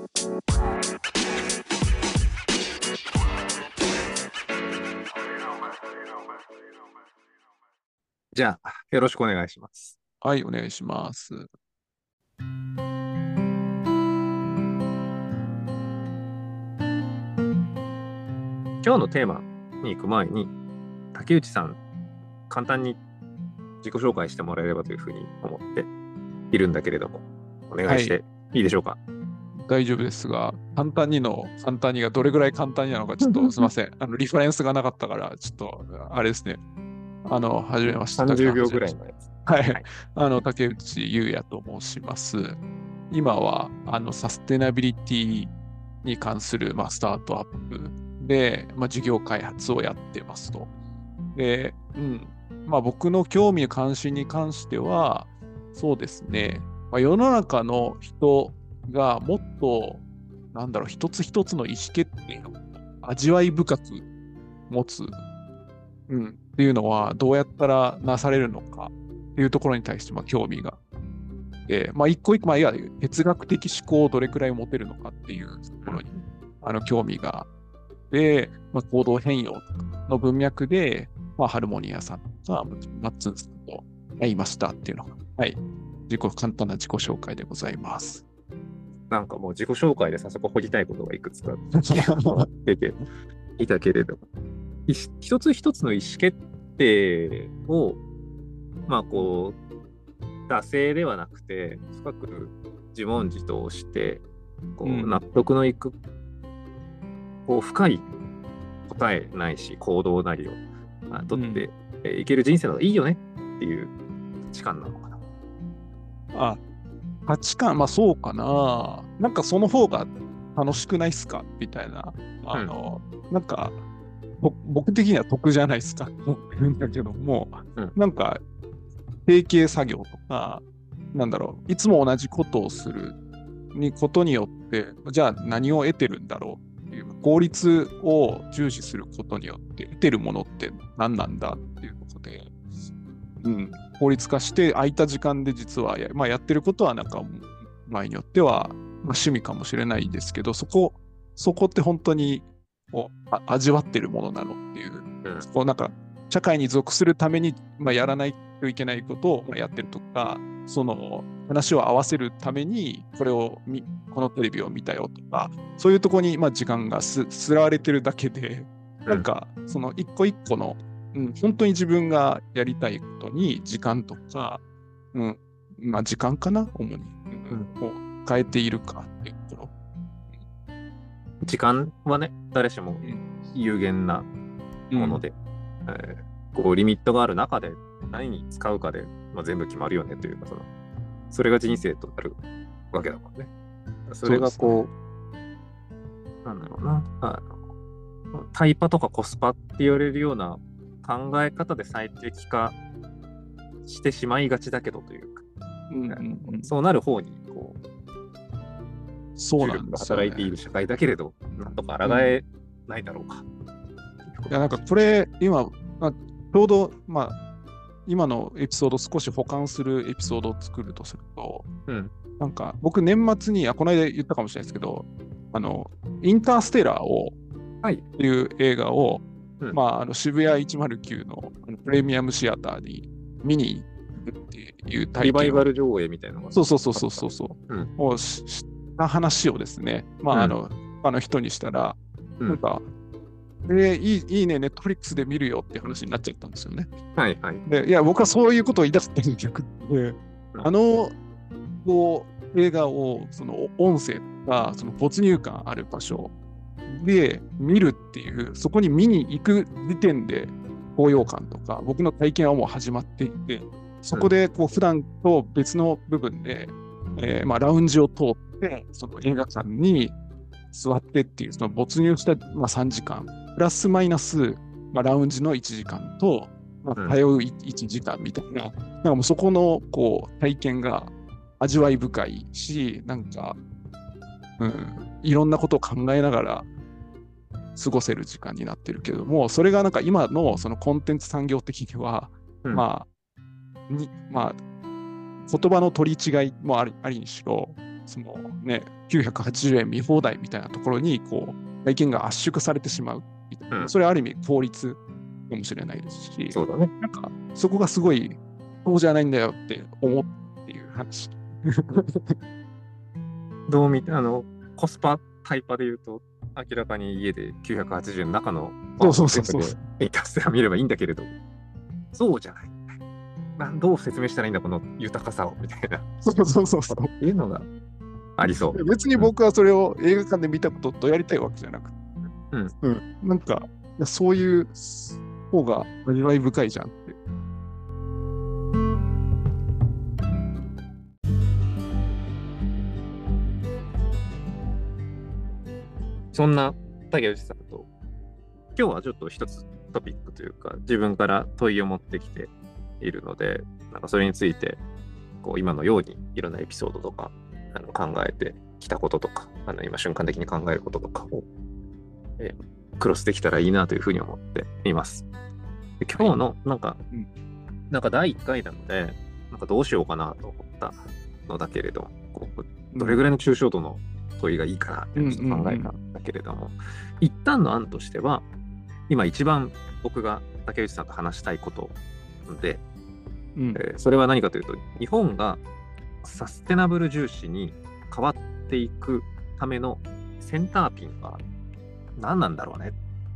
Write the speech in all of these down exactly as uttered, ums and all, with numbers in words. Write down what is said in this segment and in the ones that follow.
じゃあ、よろしくお願いします。 はい、お願いします。 今日のテーマに行く前に、竹内さん、簡単に自己紹介してもらえればというふうに思っているんだけれども、お願いしていいでしょうか。 大丈夫ですが、簡単にの簡単にがどれぐらい簡単になのか、ちょっとすみません。あの、リファレンスがなかったから、ちょっと、あれですね。あの、はじめまして。 さんじゅうびょうぐらいのやつ。 はい。 はい、 あの、竹内優也と申します。今は、あの、サステナビリティに関する、まあ、スタートアップで、まあ、事業開発をやってますと。で、うん。まあ、僕の興味関心に関しては、そうですね。まあ、世の中の人がもっと、なんだろう、一つ一つの意思決定を味わい深く持つ、うん、っていうのはどうやったらなされるのかっていうところに対してまあ興味が。で、まあ、一個一個、まあ、いわゆる哲学的思考をどれくらい持てるのかっていうところにあの興味があって、まあ、行動変容の文脈で、まあ、ハルモニアさんとか、マッツンさんと会いましたっていうのが、はい、自己簡単な自己紹介でございます。 なんかもう自己紹介で早速掘りたいことがいくつか出ていたけれども、一つ一つの意思決定を、まあこう、惰性ではなくて、深く自問自答して、こう納得のいく、こう深い答えないし、行動なりを取って、うん、いける人生の方がいいよねっていう価値観なのかな。 あ、価値観、まあそうかな。なんかその方が楽しくないっすかみたいな。あの、うん、なんか、僕的には得じゃないっすか思ってるんだけども、うん、なんか、定型作業とか、なんだろう、いつも同じことをするにことによって、じゃあ何を得てるんだろうっていう、効率を重視することによって得てるものって何なんだっていうことで、うん、効率化して空いた時間で実はや、まあ、やってることはなんか場合によっては、まあ、趣味かもしれないですけど、そこ、そこって本当にこう味わってるものなのっていう、うん、そこなんか社会に属するために、まあ、やらないといけないことをやってるとか、その話を合わせるためにこれを見このテレビを見たよとか、そういうところにまあ時間がすすらわれてるだけで、なんかその一個一個の、うん、本当に自分がやりたいことに時間とか、うん、まあ時間かな主に、うん、を変えているかっていうところ。 時間はね、誰しも有限なもので、うんえー、こうリミットがある中で何に使うかで、まあ、全部決まるよねというか、そのそれが人生となるわけだもんね。それがこう、うね、なんだろうな、あのタイパとかコスパって言われるような考え方で最適化してしまいがちだけどというか、うんうんうん、そうなる方にこうそうなんですよね、 働いている社会だけれど、なんとか抗えないだろうか。 うん、いやなんかこれ今、まあ、ちょうど、まあ、今のエピソードを少し補完するエピソードを作るとすると、うん、なんか僕年末にあこの間言ったかもしれないですけど、あのインターステラーを、はい、っていう映画を、うんまあ、あの渋谷いちまるきゅう のプレミアムシアターに見に行くっていう体験をリバイバル上映みたいなのがそうそうそうそうそう、うん、をした話をですね、まあ、うん、あの他の人にしたら、うん、なんかえー、いいいいね、ネットフリックスで見るよっていう話になっちゃったんですよね。 はいはい。 で、いや、僕はそういうことを言い出すって逆で、あの、こう、映画を、その音声とか、その没入感ある場所で見るっていう、そこに見に行く時点で、高揚感とか、僕の体験はもう始まっていて、そこで、こう、普段と別の部分で、えー、まあ、ラウンジを通って、その映画館に座ってっていう、その没入した、まあ、さんじかん、プラスマイナス、まあ、ラウンジのいちじかんと、まあ、通ういちじかんみたいな、うん、なんかもうそこのこう体験が味わい深いし、なんか、うん、いろんなことを考えながら過ごせる時間になってるけども、それがなんか今のそのコンテンツ産業的には、うん、まあ、に、まあ、言葉の取り違いもあり、ありにしろ、 そのね、きゅうひゃくはちじゅうえん見放題みたいなところに、こう、体験が圧縮されてしまうみたいな。 うんそれはある意味効率かもしれないですし、 そうだね。 なんか、そこがすごい、そうじゃないんだよって思うっていう話。 どう見て、あの、コスパ、タイパで言うと、明らかに家できゅうひゃくはちじゅうえんの中のそうそうそうそう全部でインターステラー見ればいいんだけれど、そうじゃない。なんどう説明したらいいんだ、この豊かさを、みたいな。 そうそうそうそう。 っていうのがありそう。 別に僕はそれを映画館で見たこととやりたいわけじゃなくて、 うんうん、なんか、いやそういう方が味わい深いじゃんって。 そんな竹内さんと、今日はちょっと一つトピックというか、自分から問いを持ってきているので、なんかそれについて、こう今のようにいろんなエピソードとかあの考えてきたこととか、あの今瞬間的に考えることとかを、えークロスできたらいいなというふうに思っています。で今日のなんか、 うんなんかだいいっかいなので、なんかどうしようかなと思ったのだけれども、こうどれぐらいの抽象度の問いがいいかなってちょっと考えたんだけれども、一旦の案としては、今一番僕が竹内さんと話したいことで、 うんえーそれは何かというと、日本がサステナブル重視に変わっていくためのセンターピンは何なんだろうね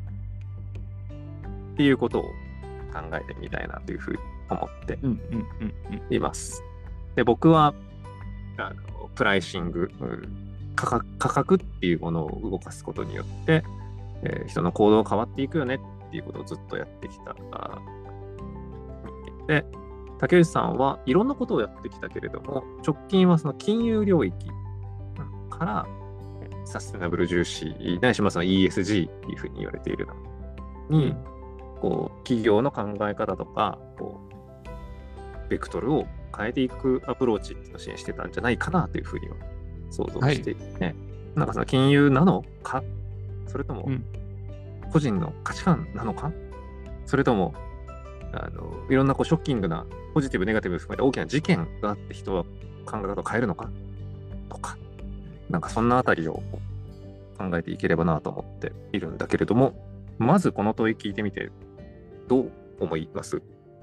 っていうことを考えてみたいなというふうに思ってうんうんうんうんいます。で、僕はあのプライシング、うん価格、価格っていうものを動かすことによって、えー人の行動が変わっていくよねっていうことをずっとやってきた。あで、竹内さんはいろんなことをやってきたけれども、直近はその金融領域からえーサステナブル重視、ないしまその イーエスジー っていうふうに言われているのに、こう企業の考え方とか、こうベクトルを変えていくアプローチっていうのを支援してたんじゃないかなというふうには想像していて、ねなんかその金融なのか、それともうん個人の価値観なのか、それともあのいろんなこうショッキングなポジティブ、ネガティブ含めた大きな事件があって人は考え方を変えるのかとか、なんかそんなあたりを考えていければなと思っているんだけれども、まずこの問い聞いてみてどう思います？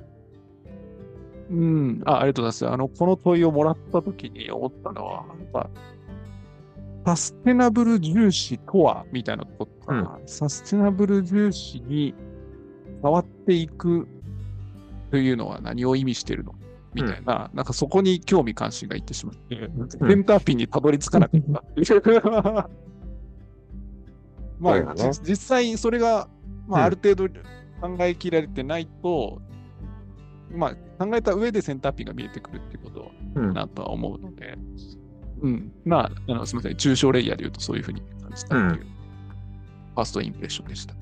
うんあ、ありがとうございます。あの、この問いをもらったときに思ったのは、やっぱサステナブル重視とはみたいなことかな、サステナブル重視に変わっていくというのは何を意味しているのみたいな、なんかそこに興味関心がいってしまって、センターピンにたどり着かなかったっていう。まあ、 そうだねじ実際それが、まあ、 うんある程度考えきられてないと、まあ、考えた上でセンターピンが見えてくるってことうんなとは思うので、うん、まあ、あのすみません、抽象レイヤーで言うとそういうふうに感じたっていう、ファーストインプレッションでした。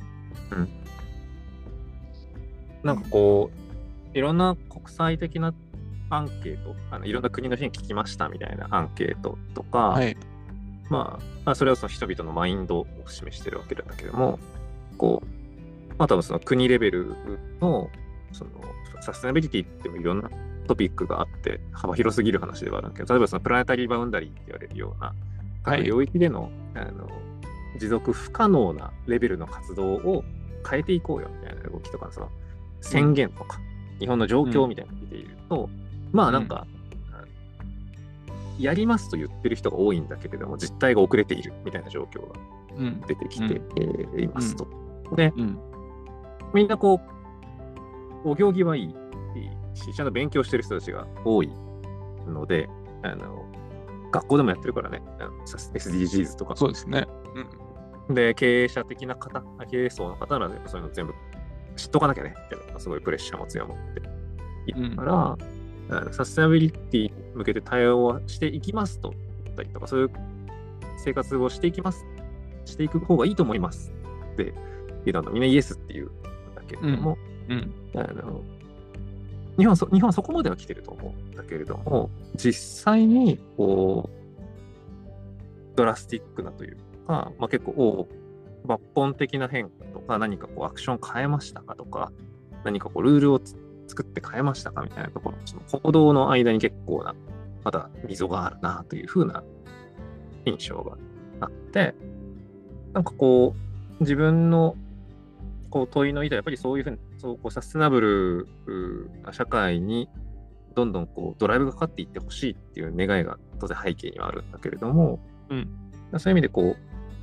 なんかこう、いろんな国際的なアンケート、あのいろんな国の人に聞きましたみたいなアンケートとか、 はい。 まあ、まあ、それはその人々のマインドを示してるわけなんだけども、こう、まあ多分その国レベルの、そのサステナビリティっていろんなトピックがあって、幅広すぎる話ではあるんだけど、例えばそのプラネタリーバウンダリーって言われるような、各領域での、あの持続不可能なレベルの活動を変えていこうよみたいな動きとか、その宣言とか、日本の状況みたいなのを見ていると、まあなんか、やりますと言ってる人が多いんだけれども、実態が遅れているみたいな状況がうん。 出てきて、 うんえーいますと。で、 うん。 みんなこう、お行儀はいいし、ちゃんと勉強してる人たちが多いので、あの学校でもやってるからね、あの エスディージーズ とか。 そうですね。 で、経営者的な方、経営層の方ならそういうの全部知っとかなきゃねっていうのがすごいプレッシャーも強まっているから、あのサステナビリティに向けて対応はしていきますと言ったりとか、そういう生活をしていきます、していく方がいいと思いますって言うのみんなイエスっていうんだけれども、 うん。 あの日本はそ日本はそこまでは来てると思うんだけれども、実際にこうドラスティックなというか、まあ、結構お抜本的な変化とか、何かこうアクション変えましたかとか、何かこうルールをつ作って変えましたかみたいなところ、その行動の間に結構なまだ溝があるなというふうな印象があって、なんかこう、自分のこう問いの意図はやっぱりそういうふうに、そうこうサステナブルな社会にどんどんこうドライブがかかっていってほしいっていう願いが当然背景にはあるんだけれども、 うん、 そういう意味でこ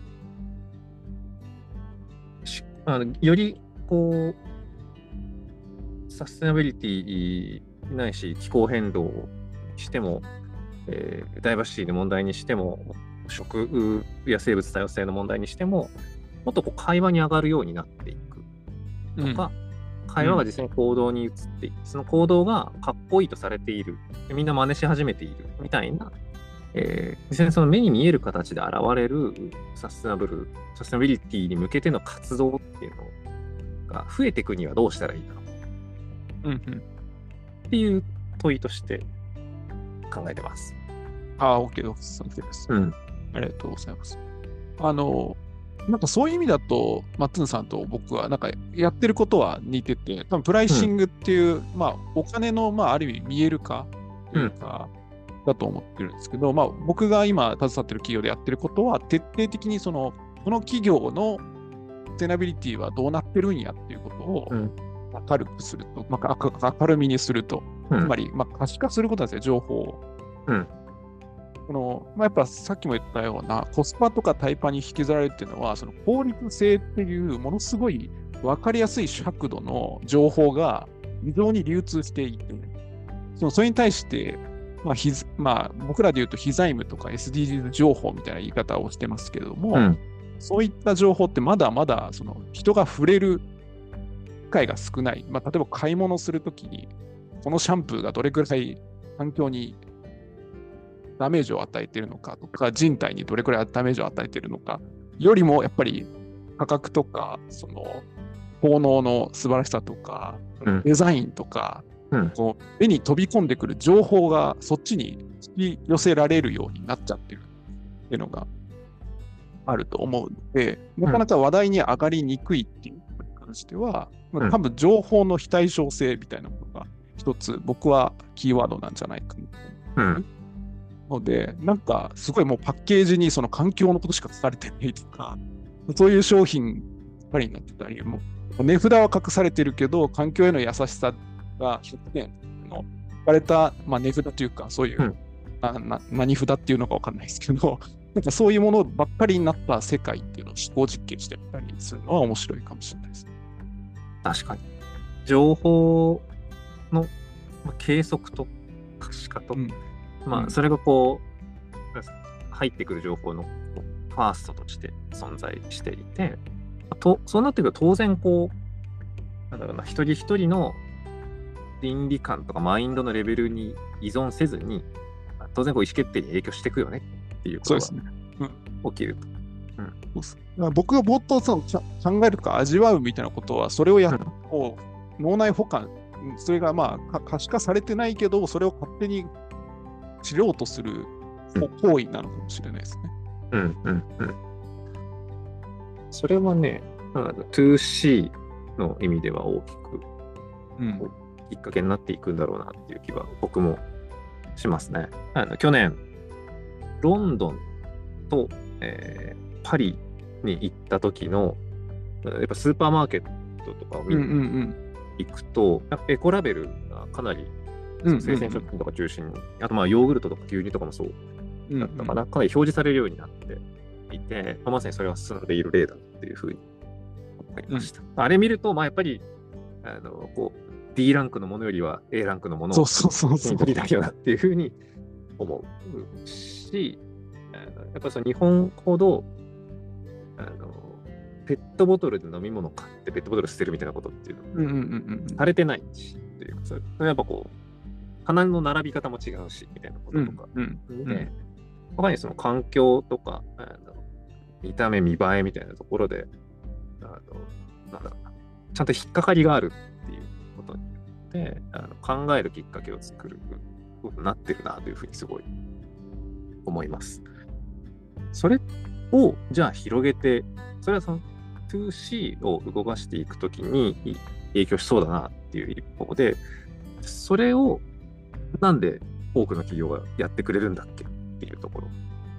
う、あのよりこう、サステナビリティないし気候変動にしても、えー、ダイバーシティの問題にしても、食や生物多様性の問題にしても、もっとこう会話に上がるようになっていくとか、うん、会話が実際に行動に移っていって、うん、その行動がかっこいいとされている、みんな真似し始めているみたいな、えー、実際にその目に見える形で現れるサステナブル、サステナビリティに向けての活動っていうのが増えていくにはどうしたらいいか、 うんうん、 っていう問いとして考えてます。 ああ、OK です。OK です。 うん。 ありがとうございます。あの、なんかそういう意味だと、マッツンさんと僕はなんかやってることは似てて、多分プライシングっていう、うん、まあお金の、まあある意味見える化というか、うん、だと思ってるんですけど、まあ僕が今携わってる企業でやってることは、徹底的にその、この企業のサステナビリティはどうなってるんやっていうことを明るくすると、まあ明るみにすると、うん、つまり、まあ可視化することなんですよ、情報を。うんこのまあ、やっぱさっきも言ったようなコスパとかタイパに引きずられるっていうのは、その効率性っていうものすごい分かりやすい尺度の情報が非常に流通していて、そのそれに対して、まあひまあ、僕らで言うと非財務とか エスディージーズ 情報みたいな言い方をしてますけれども、うん、そういった情報ってまだまだその人が触れる機会が少ない。まあ、例えば買い物するときに、このシャンプーがどれくらい環境にダメージを与えているのかとか、人体にどれくらいダメージを与えているのかよりも、やっぱり価格とか、その効能の素晴らしさとか、うん、デザインとか、うん、こう目に飛び込んでくる情報がそっちに引き寄せられるようになっちゃってるっていうのがあると思うので、なかなか話題に上がりにくいっていうことに関しては、うん、多分情報の非対称性みたいなものが一つ僕はキーワードなんじゃないかなと思う。うんので、なんかすごいもうパッケージにその環境のことしか書かれてないとか、そういう商品ばかりになってたり、もう値札は隠されてるけど、環境への優しさがひゃくてんの書かれた、まあ、値札というか、そういう、うん、なな何札っていうのかわかんないですけど、なんかそういうものばっかりになった世界っていうのを思考実験してみたりするのは面白いかもしれないです。 確かに。情報の計測と可視化と、うんまあ、それがこう、入ってくる情報のファーストとして存在していて、とそうなってくると当然こう、なんだろうな、一人一人の倫理観とかマインドのレベルに依存せずに、当然こう意思決定に影響していくよねっていうことが起きると。 うん、僕が冒頭その考えるか味わうみたいなことは、それをやっこう脳内保管、それがまあ可視化されてないけど、それを勝手に知ろうとする行為なのかもしれないですね。 うんうんうん。それはね、ツーシー の意味では大きく、うん、きっかけになっていくんだろうなっていう気は僕もしますね。あの去年、ロンドンと、えー、パリに行った時の、やっぱスーパーマーケットとかを見に行くと、うんうんうん、エコラベルがかなり生鮮食品とか中心に、うんうんうん、あとまあヨーグルトとか牛乳とかもそうだったかな、うんうん、かなり表示されるようになっていて、まさにそれは進んでいる例だっていうふうに思いました。うん、あれ見ると、まあ、やっぱりあのこう D ランクのものよりは A ランクのものを取りたいよなっていうふうに思うし、あのやっぱその日本ほどあのペットボトルで飲み物買ってペットボトル捨てるみたいなことっていうのされてないし、っていうかそれやっぱこう花の並び方も違うしみたいなこととか、うんうん、で他にその環境とかあの見た目見栄えみたいなところであのなんだろうなちゃんと引っかかりがあるっていうことによってあの考えるきっかけを作ることになってるなというふうにすごい思います。それをじゃあ広げて、それはその ツーシー を動かしていくときに影響しそうだなっていう一方で、それをなんで多くの企業がやってくれるんだっけっていうところっ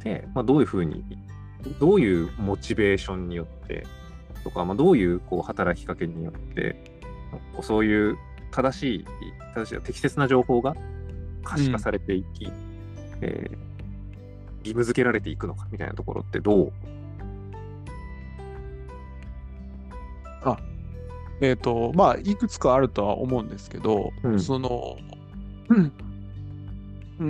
て、まあ、どういうふうに、どういうモチベーションによってとか、まあ、どういうこう働きかけによって、こうそういう正しい、正しい適切な情報が可視化されていき、うんえー、義務付けられていくのかみたいなところってどう？ あ、えっと、まあ、いくつかあるとは思うんですけど、 うん、 その、うんうん、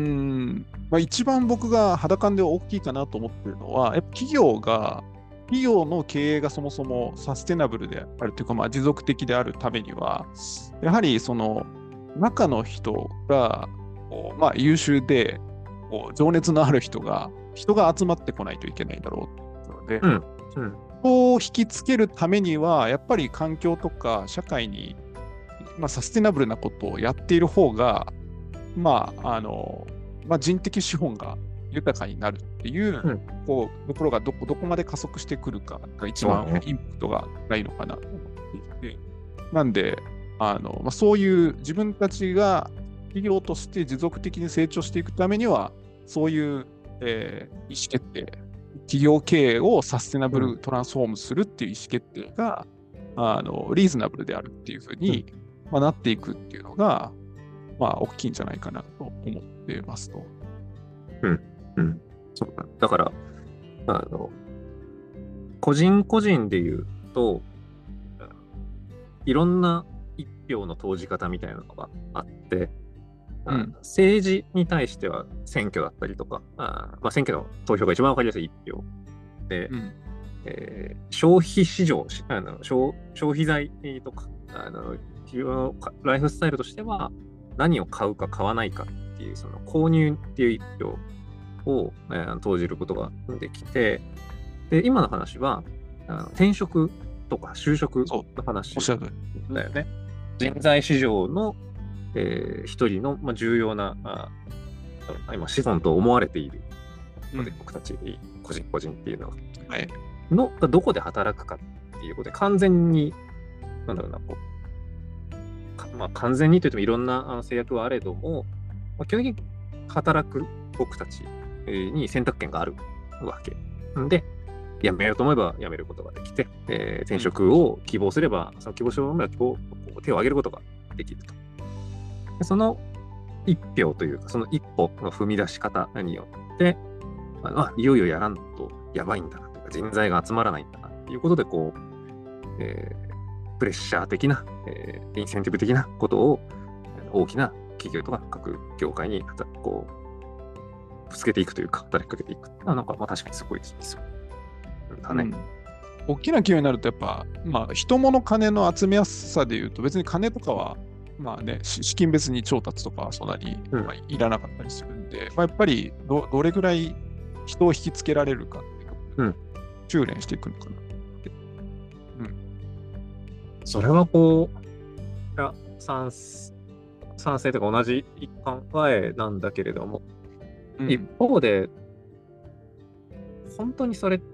まあ、一番僕が肌感で大きいかなと思ってるのは、やっぱ企業が、企業の経営がそもそもサステナブルであるというか、まあ、持続的であるためには、やはりその中の人が、こうまあ、優秀で、こう情熱のある人が、人が集まってこないといけないんだろうので、 うんうん、 人を引きつけるためには、やっぱり環境とか社会に、まあ、サステナブルなことをやっている方が、まあ、あの、まあ、人的資本が豊かになるっていう、 うん、 こう、ところがどこ、どこまで加速してくるかが一番インパクトが高いのかなと思っていて、なんで、あの、まあ、そういう自分たちが企業として持続的に成長していくためには、そういう、えー、意思決定、企業経営をサステナブルトランスフォームするっていう意思決定が、うん、あの、リーズナブルであるっていうふうに、うんまあ、なっていくっていうのが、まあ、大きいんじゃないかなと思ってますと。 うん、うん。そうだ。だから、あの、個人個人で言うと、いろんな一票の投じ方みたいなのがあって、うん、政治に対しては選挙だったりとか、あまあ、選挙の投票が一番わかりやすい一票で、うんえー、消費市場あの消、消費財とか、あのライフスタイルとしては何を買うか買わないかっていう、その購入っていう一票を、えー、投じることができて、で、今の話は、あの転職とか就職の話だよね。人材市場の、えー、一人の、まあ、重要なあ今資本と思われているので、うん、僕たち個人個人っていうのは、はい、のがどこで働くかっていうことで完全になんだろうなこう、まあ、完全にといってもいろんな制約はあれども、まあ、基本的に働く僕たちに選択権があるわけで、辞めようと思えば辞めることができて、えー、転職を希望すれば、その希望書を手を挙げることができると。でその一票というか、その一歩の踏み出し方によって、あ、いよいよやらんとやばいんだなとか、人材が集まらないんだなっていうことで、こう、えー、プレッシャー的な、えー、インセンティブ的なことを大きな企業とか各業界にこうぶつけていくというか、働きかけていく。あなんか、まあ確かにすごいですよ。だね。 うん、大きな企業になると、やっぱ、まあ、人物金の集めやすさでいうと、別に金とかは、まあね、資金別に調達とかはそんなに、うんまあ、いらなかったりするんで、まあ、やっぱりど、どれぐらい人を引きつけられるかっていうところで、修練していくのかなって。 うん。それはこう、いや賛賛成とか同じ考えなんだけれども、うん、一方で、本当にそれって、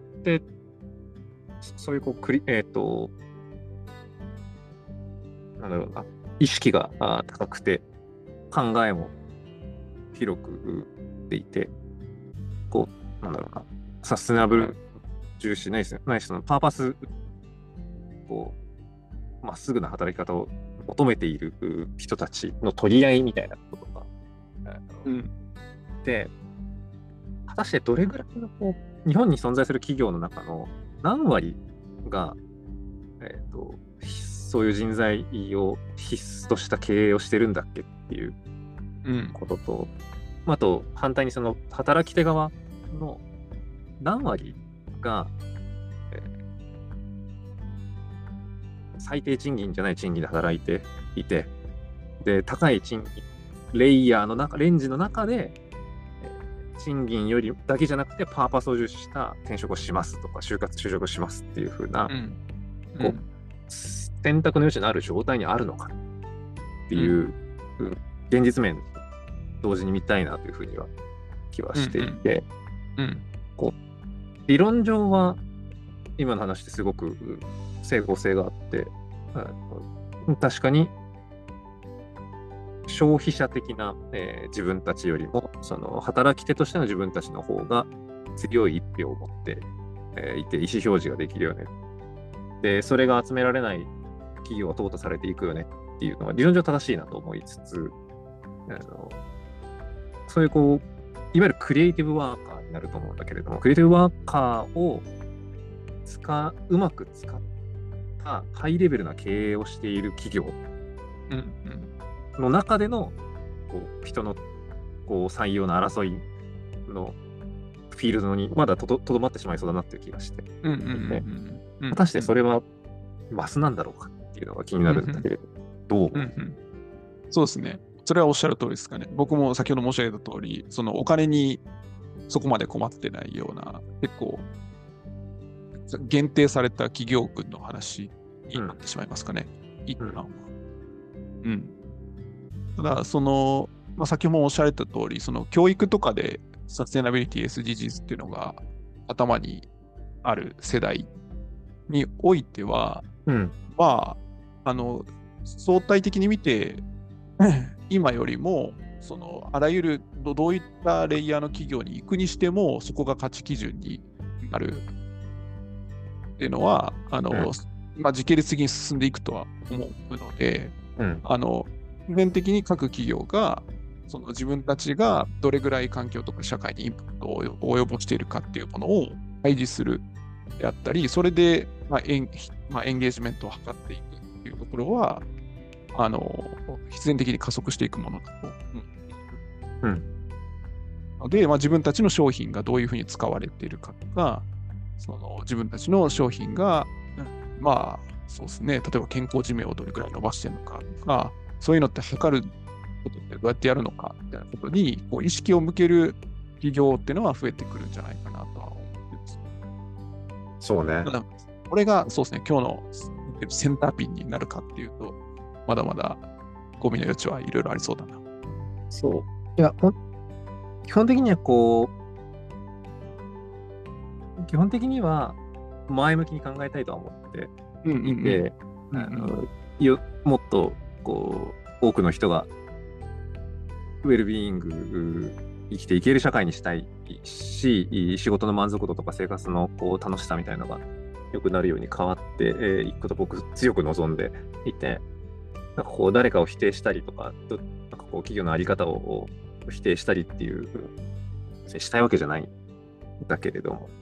そういうこうクリ、えっと、なんだろうな、意識が高くて、考えも広くでいて、こう、なんだろうな、サステナブル重視ないし、ないし、そのパーパス、こう、まっすぐな働き方を求めている人たちの取り合いみたいなことが、うん、で、果たしてどれぐらいのこう日本に存在する企業の中の何割が、えーと、そういう人材を必須とした経営をしてるんだっけっていうことと、うん、あと反対にその働き手側の何割が、えー、最低賃金じゃない賃金で働いていて、で高い賃金レイヤーの中レンジの中で賃金よりだけじゃなくてパーパスを重視した転職をしますとか就活就職をしますっていう風な、うんうん、こう選択の余地のある状態にあるのかっていう、うん、現実面同時に見たいなというふうには気はしていて、うんうんうん、こう理論上は今の話ってすごく整合性があって、うん、確かに消費者的な、えー、自分たちよりもその働き手としての自分たちの方が、 強い一票を持って、えーいて、意思表示ができるよね。で、それが集められない企業は淘汰されていくよねっていうのは理論上正しいなと思いつつ、あのそういうこう、いわゆるクリエイティブワーカーになると思うんだけれども、クリエイティブワーカーを使う、うまく使ったハイレベルな経営をしている企業うんうんの中でのこう人のこう採用の争いのフィールドにまだとどとどまってしまいそうだなっていう気がして、 うんうんうんうん果たしてそれはマスなんだろうかっていうのが気になるんだけれど、どう思う？ うんうんそうですね。それはおっしゃる通りですかね。僕も先ほど申し上げた通り、そのお金にそこまで困ってないような、結構限定された企業群の話になってしまいますかね。一うん旦は。うん。ただ、その、まあ、先ほどもおっしゃられた通り、その教育とかでサステナビリティ エスディージーズ っていうのが頭にある世代においては、 うんまあ、あの、相対的に見て、今よりも、その、あらゆるど、どういったレイヤーの企業に行くにしても、そこが価値基準になるっていうのは、あの、 うんまあ、時系列的に進んでいくとは思うので、 うんあの、普遍的に各企業が、その自分たちがどれぐらい環境とか社会にインパクトを及ぼしているかっていうものを開示するであったり、それで、まあエンまあ、エンゲージメントを図っていくっていうところは、あの、必然的に加速していくものだと思う。 うんので、まあ、自分たちの商品がどういうふうに使われているかとか、その自分たちの商品が、まあ、そうですね、例えば健康寿命をどれくらい伸ばしているのかとか、そういうのって測ることってどうやってやるのかみたいなことにこう意識を向ける企業っていうのは増えてくるんじゃないかなとは思ってます。 そうねた。だ、これがそうですね、今日のセンターピンになるかっていうと、まだまだゴミの余地はいろいろありそうだな。 そう。いや、ほん基本的にはこう、基本的には前向きに考えたいとは思ってうんうんうんいて、 うんあのよもっとこう多くの人がウェルビーイング生きていける社会にしたいし、仕事の満足度とか生活のこう楽しさみたいなのが良くなるように変わってい、えー、くことを僕強く望んでいて、なんかこう誰かを否定したりとか、どなんかこう企業のあり方を否定したりっていうしたいわけじゃないんだけれども、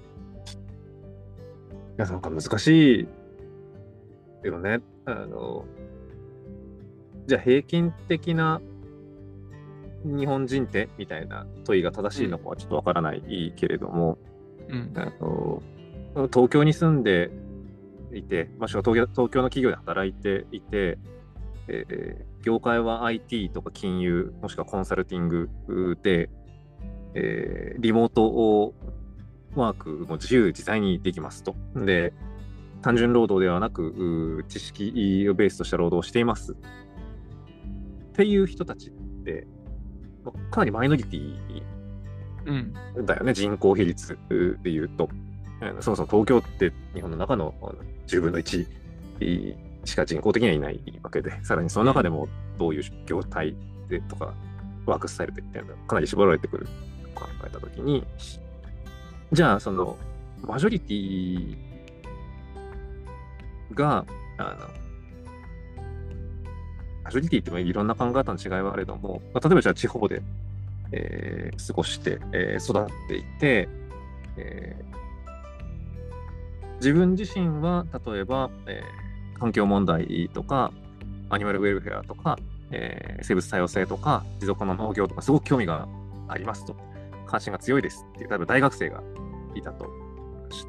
いやなんか難しいよね。あのじゃあ平均的な日本人ってみたいな問いが正しいのかはちょっとわからないけれども、 うんあの東京に住んでいて、もしくは東京、東京の企業で働いていて、えー業界は アイティー とか金融、もしくはコンサルティングで、えーリモートワークも自由自在にできますと。で、単純労働ではなく、知識をベースとした労働をしています。っていう人たちって、かなりマイノリティうんだよね、人口比率でいうと。そもそも東京って日本の中のじゅうぶんのいちしか人口的にはいないわけで、さらにその中でもどういう業態でとか、ワークスタイルでっていうのがかなり絞られてくると考えたときに、じゃあそのマジョリティが、あのマジョリティっていろんな考え方の違いはあれども、まあ、例えばじゃあ地方で、えー過ごして、えー育っていて、えー自分自身は例えば、えー環境問題とか、アニマルウェルフェアとか、えー生物多様性とか、持続可能な農業とか、すごく興味がありますと、関心が強いですっていう、例えば大学生がいたとして、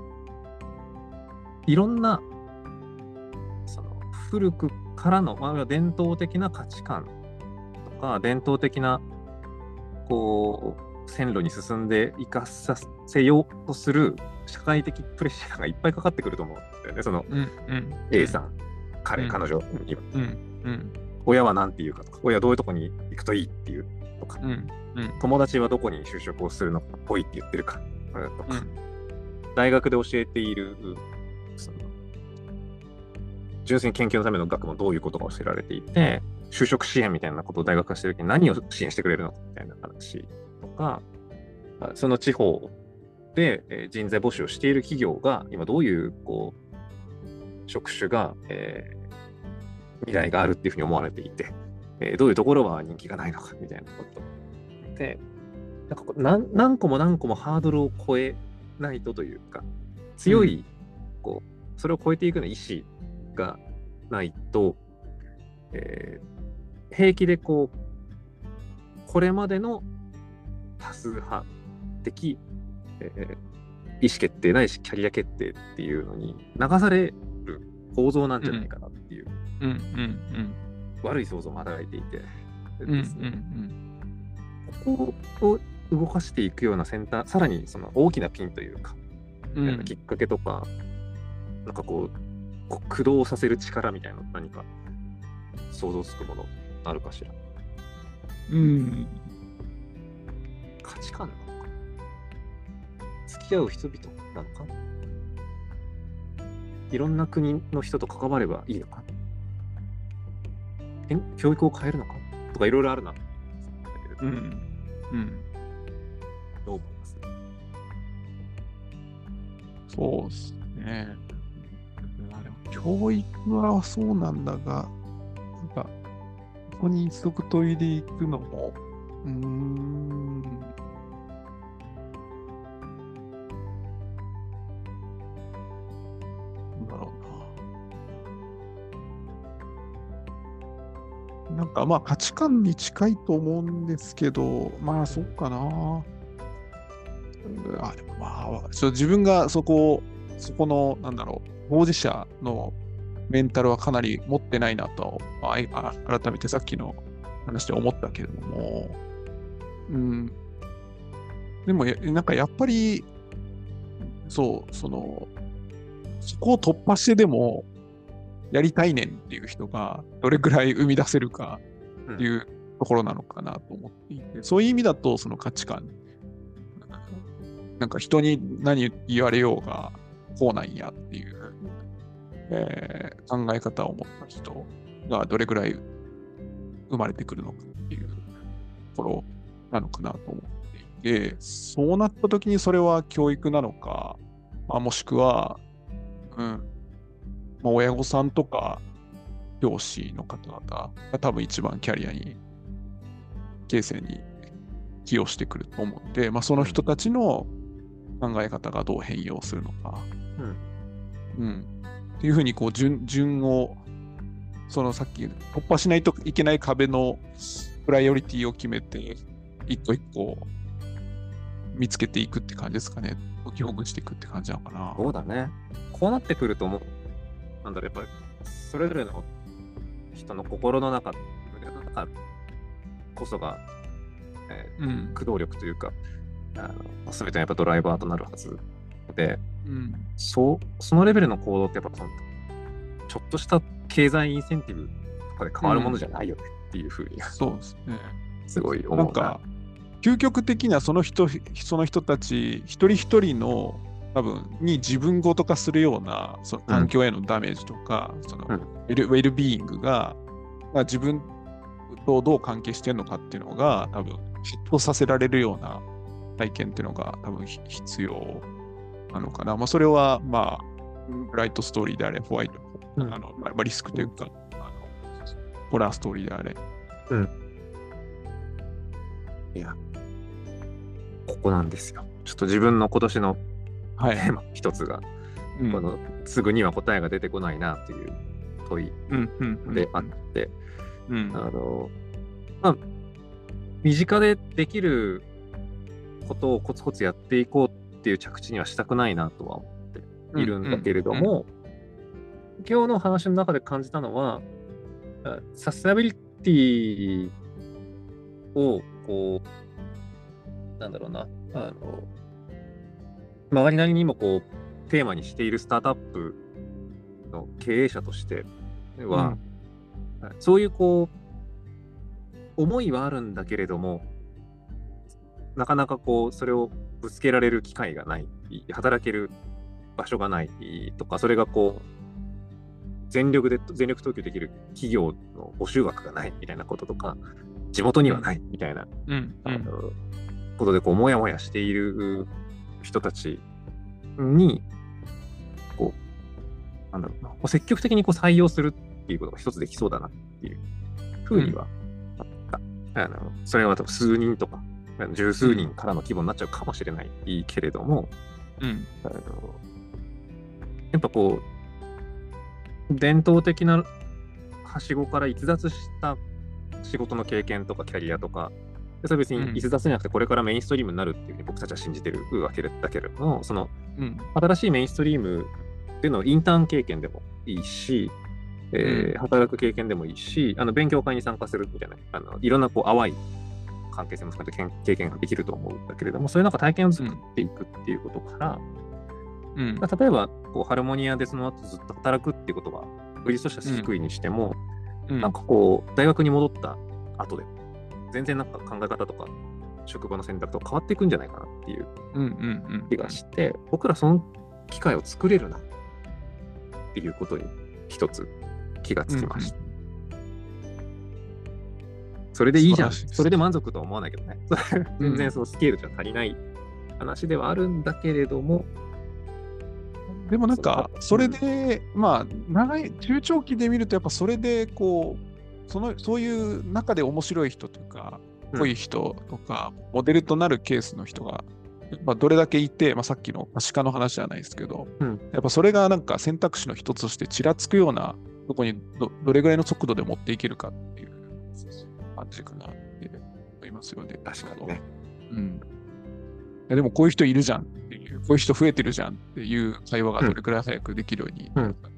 いろんな、その古くからの、まあ、伝統的な価値観とか、伝統的な、こう、線路に進んでいかさせようとする社会的プレッシャーがいっぱいかかってくると思うんだよね。そのうんうん A さん、彼、 うん彼女には、 うんうん親は何て言うかとか、親どういうとこに行くといいっていうとか、 うんうん友達はどこに就職をするのかっぽいって言ってるか、うんとか、 うん大学で教えているその純粋に研究のための学問どういうことが教えられていて、就職支援みたいなことを大学がしてるときに何を支援してくれるのかみたいな話とか、その地方で、えー人材募集をしている企業が今どういうこう職種が、えー未来があるっていうふうに思われていて、えーどういうところは人気がないのかみたいなことで、なんかこう何何個も何個もハードルを超えないとというか、強い、こうそれを超えていくような意志がないと、えー平気でこうこれまでの多数派的、えー意思決定ないしキャリア決定っていうのに流される構造なんじゃないかなっていう、 うんうん悪い想像も働いていてうんうんですね、ここを動かしていくようなセンター、さらにその大きなピンというか、 うんうんきっかけとか、なんかこう、こう駆動させる力みたいなの何か想像つくものあるかしら。 うん価値観なのか、付き合う人々なのか、いろんな国の人と関わればいいのか、え教育を変えるのかとかいろいろあるな。 うんうんどう思います？ そうですね。まあでも教育はそうなんだが、なんか、ここに一足飛びで行くのも、うーん、なんだろうな。なんかまあ価値観に近いと思うんですけど、まあそうかな。あ、でもまあ、そう自分がそこを、そこの、なんだろう、当事者のメンタルはかなり持ってないなと、まああ改めてさっきの話で思ったけれども、うん。でもや、なんかやっぱり、そう、その、そこを突破してでも、やりたいねんっていう人が、どれくらい生み出せるかっていうところなのかなと思っていて、そういう意味だと、その価値観、なんか人に何言われようが、こうなんやっていう、えー考え方を持った人がどれくらい生まれてくるのかっていうところなのかなと思っていて、そうなった時にそれは教育なのか、まあ、もしくは、うんまあ、親御さんとか教師の方々が多分一番キャリアに、形成に寄与してくると思うんで、まあ、その人たちの考え方がどう変容するのか、 うんうん、っていうふうにこう順順をそのさっき突破しないといけない壁のプライオリティを決めて一個一個見つけていくって感じですかね。解きほぐしていくって感じなのかな。 そうだね。こうなってくると思う。なんだろう、やっぱりそれぞれの人の心の中、中こそが、えーうん駆動力というか、あの全てのやっぱドライバーとなるはずで、 うんそうそのレベルの行動ってやっぱそのちょっとした経済インセンティブとかで変わるものじゃないよねっていうふうに、 そうですね。 すごい思うなんか究極的にはその人その人たち一人一人の多分に自分ごと化するようなその環境へのダメージとか、そのうんウェルウェルビーイングが、まあ、自分とどう関係してるのかっていうのが多分ヒットさせられるような体験っていうのが多分ひ必要なのかな。まあ、それはまあブライトストーリーであれ、ホワイト、 うんあのまあ、リスクというか、あのホラーストーリーであれ。 いや、ここなんですよ。ちょっと自分の今年のはい。 テーマ一つが、 うんこのすぐには答えが出てこないなという問いうんうんうんであって、 うんあの、まあ、身近でできることをコツコツやっていこうっていう着地にはしたくないなとは思っているんだけれども、今日の話の中で感じたのは、あサステナビリティを、こう、なんだろうな、あの、周りなりにもこう、テーマにしているスタートアップの経営者としては、そういうこう、思いはあるんだけれども、なかなかこう、それをぶつけられる機会がない、働ける場所がないとか、それがこう、全力で、全力投球できる企業の募集枠がないみたいなこととか、地元にはないみたいな、 うんうんあのことでこう、もやもやしている人たちに、こう、なんだろうな、こう積極的にこう採用するっていうことが一つできそうだなっていうふうにはあった。あのそれは多分数人とか、十数人からの規模になっちゃうかもしれないけれども、 うん。 あのやっぱこう、伝統的なはしごから逸脱した仕事の経験とかキャリアとか、それは別に逸脱じゃなくてこれからメインストリームになるっていうふうに僕たちは信じてるわけだけれども、そのうん。 新しいメインストリームでのインターン経験でもいいし、えー働く経験でもいいし、あの勉強会に参加するみたいな、あのいろんなこう淡い関係性も含めて経験ができると思うんだけれども、そういうなんか体験を作っていくっていうことから、 うん。 まあ例えばこうハルモニアでその後ずっと働くっていうことが確率としては低いにしても、 うん。 なんかこう大学に戻った後で全然なんか考え方とか職場の選択とか変わっていくんじゃないかなっていううん。うん。 気がして、僕らその機会を作れるなっていうことに一つ気がつきました。それでいいじゃん。 素晴らしいですそれで満足とは思わないけどね。全然そのスケールじゃ足りない話ではあるんだけれども。 でもなんか、それで、まあ、長い、中長期で見ると、やっぱそれで、こう、その、そういう中で面白い人とか、濃い人とか、モデルとなるケースの人が、まあ、どれだけいて、まあ、さっきの可視化の話じゃないですけど、 うん、 やっぱそれがなんか選択肢の一つとしてちらつくようなとこに ど, どれぐらいの速度で持っていけるかっていう感じかなって思いますよね。 確かにね。 うん。いやでもこういう人いるじゃんっていう、こういう人増えてるじゃんっていう会話がどれくらい早くできるようになるか。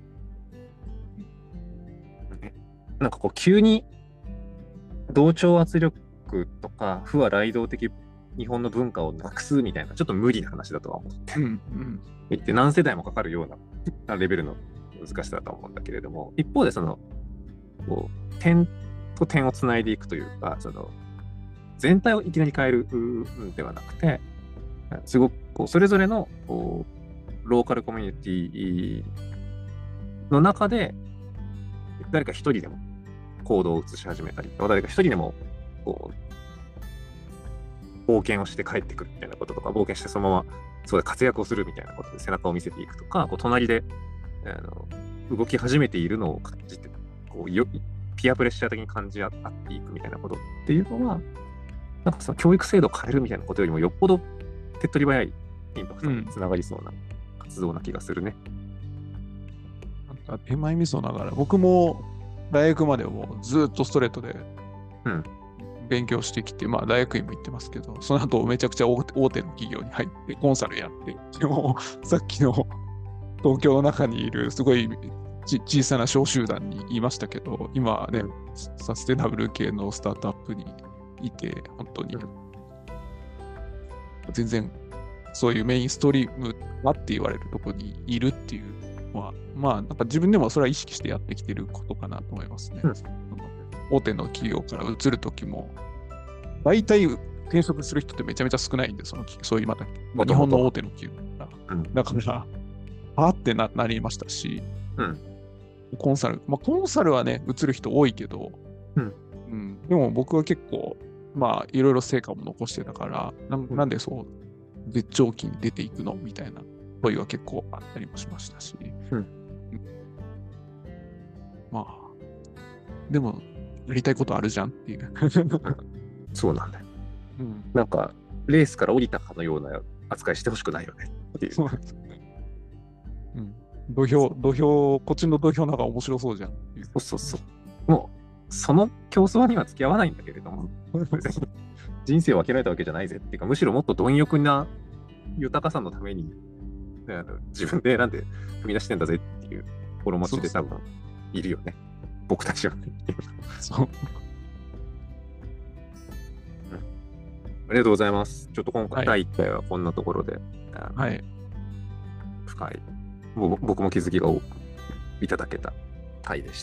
うんうん、なんかこう急に同調圧力とか不和雷動的日本の文化をなくすみたいなちょっと無理な話だとは思ってうんうんいて、何世代もかかるようなレベルの難しさだと思うんだけれども、一方でそのこう点と点をつないでいくというか、その全体をいきなり変えるんではなくて、すごくこうそれぞれのこうローカルコミュニティの中で誰か一人でも行動を移し始めたり、誰か一人でもこう冒険をして帰ってくるみたいなこととか、冒険してそのままそう活躍をするみたいなことで背中を見せていくとか、こう隣であの動き始めているのを感じて、こうよピアプレッシャー的に感じ合っていくみたいなことっていうのは、なんかその教育制度を変えるみたいなことよりもよっぽど手っ取り早いインパクトにつながりそうな活動な気がするね。 うん、なんか手前味噌ながら、僕も大学までもずっとストレートで勉強してきて、うん、まあ大学院も行ってますけど、その後めちゃくちゃ大手の企業に入ってコンサルやって、でもさっきの東京の中にいるすごい小さな小集団にいましたけど、今ね、うん、サステナブル系のスタートアップにいて、本当に、うん、全然そういうメインストリームはって言われるところにいるっていうのは、まあなんか自分でもそれは意識してやってきてることかなと思いますね。うん、大手の企業から移るときも、大体転職する人ってめちゃめちゃ少ないんで、そのそういうまた、まあ、日本の大手の企業から。うん、だから、あーって な, なりましたし、 うん、 コンサル、まあコンサルはね、移る人多いけど、 うんうん、でも僕は結構、まあいろいろ成果も残してたからな、なんでそう絶頂期に出ていくのみたいな声は結構あったりもしましたし、 うん、 まあでもやりたいことあるじゃんっていうそうなんだよ、 うん、 なんかレースから降りたかのような扱いしてほしくないよねっていう。 そうなんですよね、うん、土俵土俵こっちの土俵の方が面白そうじゃんっていう。 そうそうそう、もうその競争には付き合わないんだけれども人生を分けられたわけじゃないぜっていうか、むしろもっと貪欲な豊かさのためにあの自分で選んで踏み出してんだぜっていう心持ちで多分いるよね、僕たちは。 そう、うん、 ありがとうございます。ちょっと今回だいいっかいはこんなところで、 はい、 深い僕も気づきが多くいただけた回でした。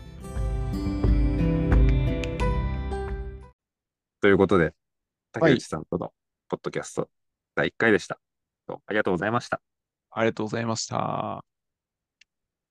ということで、竹内さんとのポッドキャストだいいっかいでした。どうもありがとうございました。 ありがとうございました。